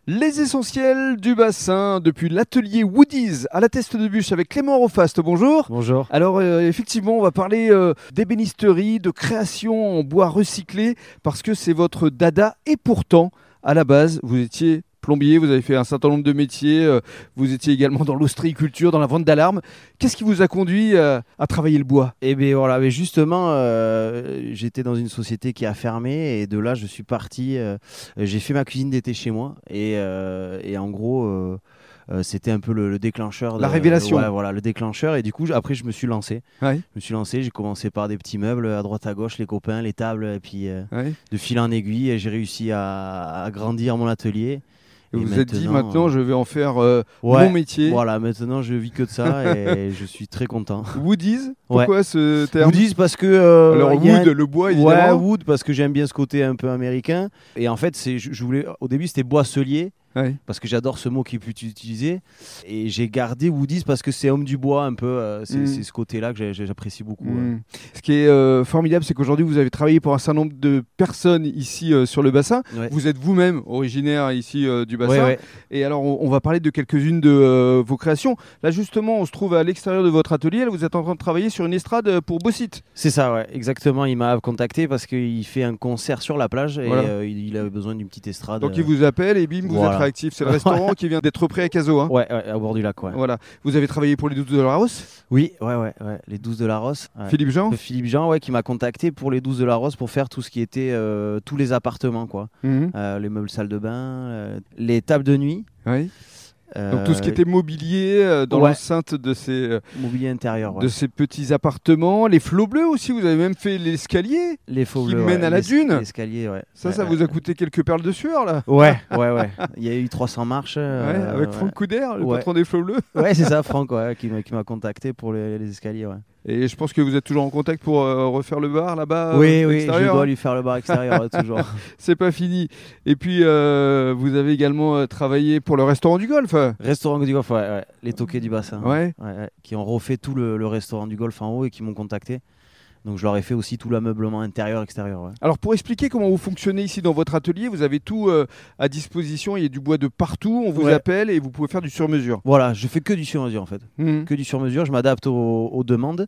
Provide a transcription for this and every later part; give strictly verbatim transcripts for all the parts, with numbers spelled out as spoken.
Les essentiels du bassin depuis l'atelier Woody's à la Teste de Bûche avec Clément Rofast. Bonjour. Bonjour. Alors euh, effectivement, on va parler euh, d'ébénisterie, de création en bois recyclé parce que c'est votre dada et pourtant, à la base, vous étiez plombier, vous avez fait un certain nombre de métiers, euh, vous étiez également dans l'ostréiculture, dans la vente d'alarmes. Qu'est-ce qui vous a conduit euh, à travailler le bois ? Eh bien voilà, mais justement, euh, j'étais dans une société qui a fermé et de là je suis parti. Euh, j'ai fait ma cuisine d'été chez moi et, euh, et en gros, euh, euh, c'était un peu le, le déclencheur. La de, révélation. Ouais, voilà, le déclencheur. Et du coup, après, je me suis lancé. Ouais. Je me suis lancé. J'ai commencé par des petits meubles à droite à gauche, les copains, les tables, et puis euh, Ouais. de fil en aiguille, j'ai réussi à, à grandir mon atelier. Et vous vous êtes dit maintenant, je vais en faire euh, ouais, mon métier. Voilà, maintenant je vis que de ça et je suis très content. Woody's, pourquoi ouais. ce terme ? Woody's parce que euh, alors wood, un... le bois évidemment. Ouais, wood parce que j'aime bien ce côté un peu américain. Et en fait, c'est, je, je voulais, au début c'était boisselier. Ouais. Parce que j'adore ce mot qui est plus utilisé. Et j'ai gardé Woody's parce que c'est homme du bois un peu. Euh, c'est, mmh. c'est ce côté-là que j'ai, j'apprécie beaucoup. Mmh. Euh. Ce qui est euh, formidable, c'est qu'aujourd'hui, vous avez travaillé pour un certain nombre de personnes ici euh, sur le bassin. Ouais. Vous êtes vous-même originaire ici euh, du bassin. Ouais, ouais. Et alors, on, on va parler de quelques-unes de euh, vos créations. Là, justement, on se trouve à l'extérieur de votre atelier. Là, vous êt en train de travailler sur une estrade pour Bossit. C'est ça, ouais. Exactement. Il m'a contacté parce qu'il fait un concert sur la plage et voilà. euh, il avait besoin d'une petite estrade. Donc, il vous appelle et bim, vous voilà. êtes réactif. C'est le restaurant qui vient d'être prêt à Cazaux. Hein. Ouais, ouais, au bord du lac. Ouais. Voilà. Vous avez travaillé pour les douze de la Rosse ? Oui, ouais, ouais, ouais. Les douze de la Rosse. Ouais. Philippe Jean ? Philippe Jean, ouais, qui m'a contacté pour les douze de la Rosse pour faire tout ce qui était euh, tous les appartements, quoi. Mmh. Euh, les meubles salle de bain, euh, les tables de nuit. Oui. Euh, Donc tout ce qui était mobilier euh, dans ouais. l'enceinte de ces, euh, mobilier intérieur, ouais. de ces petits appartements, les flots bleus aussi, vous avez même fait l'escalier les flots qui bleus, mène ouais. à la Les, dune. L'escalier, ouais. Ça, ouais, ça ouais. vous a coûté quelques perles de sueur là. Ouais, ouais, ouais. Il y a eu trois cents marches. Ouais, euh, avec ouais. Franck Couder, le ouais. patron des flots bleus. Ouais, c'est ça, Franck, ouais, qui, m'a, qui m'a contacté pour les, les escaliers, ouais. Et je pense que vous êtes toujours en contact pour euh, refaire le bar là-bas. Oui, euh, oui, extérieur, je dois hein. lui faire le bar extérieur ouais, toujours. C'est pas fini. Et puis euh, vous avez également euh, travaillé pour le restaurant du Golfe. Restaurant du Golfe, ouais, ouais. Les toqués du bassin. Ouais. Ouais, ouais. Qui ont refait tout le, le restaurant du Golfe en haut et qui m'ont contacté. Donc je leur ai fait aussi tout l'ameublement intérieur-extérieur. Ouais. Alors pour expliquer comment vous fonctionnez ici dans votre atelier, vous avez tout euh, à disposition, il y a du bois de partout, on vous ouais. appelle et vous pouvez faire du sur-mesure. Voilà, je fais que du sur-mesure en fait. Mmh. Que du sur-mesure, je m'adapte aux, aux demandes.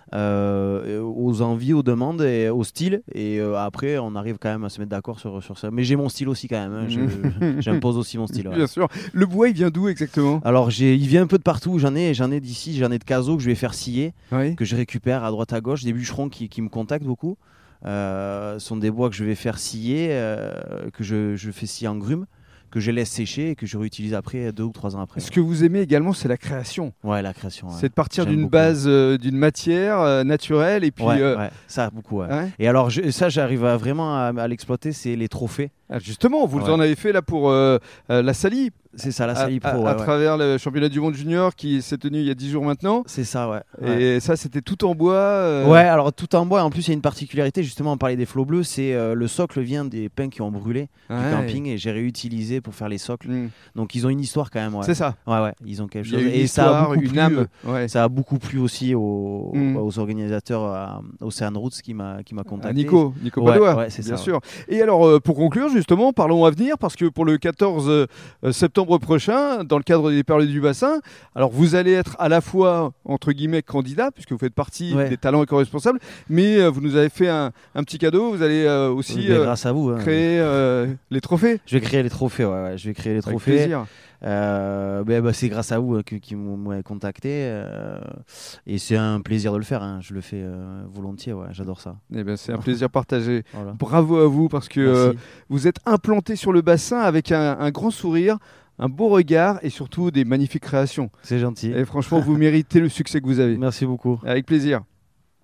Euh, aux envies, aux demandes et au style et euh, après on arrive quand même à se mettre d'accord sur, sur ça, mais j'ai mon style aussi quand même hein. je, je, j'impose aussi mon style ouais. Bien sûr. Le bois il vient d'où exactement ? Alors j'ai, il vient un peu de partout, j'en ai, j'en ai d'ici, j'en ai de Cazaux que je vais faire scier, oui. que je récupère à droite à gauche, des bûcherons qui, qui me contactent beaucoup, euh, sont des bois que je vais faire scier, euh, que je, je fais scier en grume, que je laisse sécher et que je réutilise après deux ou trois ans après. Ce que vous aimez également, c'est la création. Ouais, la création. Ouais. C'est de partir J'aime d'une beaucoup. base, euh, d'une matière euh, naturelle et puis. Ouais, euh... ouais, ça beaucoup. Ouais. Ouais. Et alors je, ça, j'arrive à, vraiment à, à l'exploiter, c'est les trophées. Ah, justement, vous ouais. en avez fait là pour euh, euh, la Sali. C'est ça, la Sali Pro. À, à, ouais, à ouais. travers le championnat du monde junior qui s'est tenu il y a dix jours maintenant. C'est ça, ouais. Et ouais. ça, c'était tout en bois. Euh... Ouais, alors tout en bois. En plus, il y a une particularité. Justement, on parlait des flots bleus. C'est euh, le socle vient des pins qui ont brûlé ouais. du camping et j'ai réutilisé pour faire les socles. Mmh. Donc ils ont une histoire quand même. Ouais. C'est ça. Ouais, ouais. Ils ont quelque chose. Il y a une et histoire, ça a beaucoup une plu, âme. Ouais. Ça a beaucoup plu aussi aux, mmh. aux organisateurs à Ocean Roots qui m'a qui m'a contacté. À Nico, Nico ouais, Padoua, ouais, c'est bien ça, sûr. Ouais. Et alors, euh, pour conclure, justement, parlons à venir, parce que pour le quatorze septembre prochain, dans le cadre des Perles du Bassin, alors vous allez être à la fois, entre guillemets, candidat, puisque vous faites partie ouais. des talents éco-responsables, mais euh, vous nous avez fait un, un petit cadeau, vous allez euh, aussi oui, euh, grâce à vous, hein. créer euh, les trophées. Je vais créer les trophées, ouais, ouais. Je vais créer les Avec trophées. plaisir. Euh, ben, ben, c'est grâce à vous hein, que, qui m'ont contacté euh, et c'est un plaisir de le faire, hein. Je le fais euh, volontiers, ouais, j'adore ça. Eh ben, c'est un plaisir partagé. Voilà. Bravo à vous parce que euh, vous êtes implanté sur le bassin avec un, un grand sourire, un beau regard et surtout des magnifiques créations. C'est gentil. Et franchement, vous méritez le succès que vous avez. Merci beaucoup. Avec plaisir.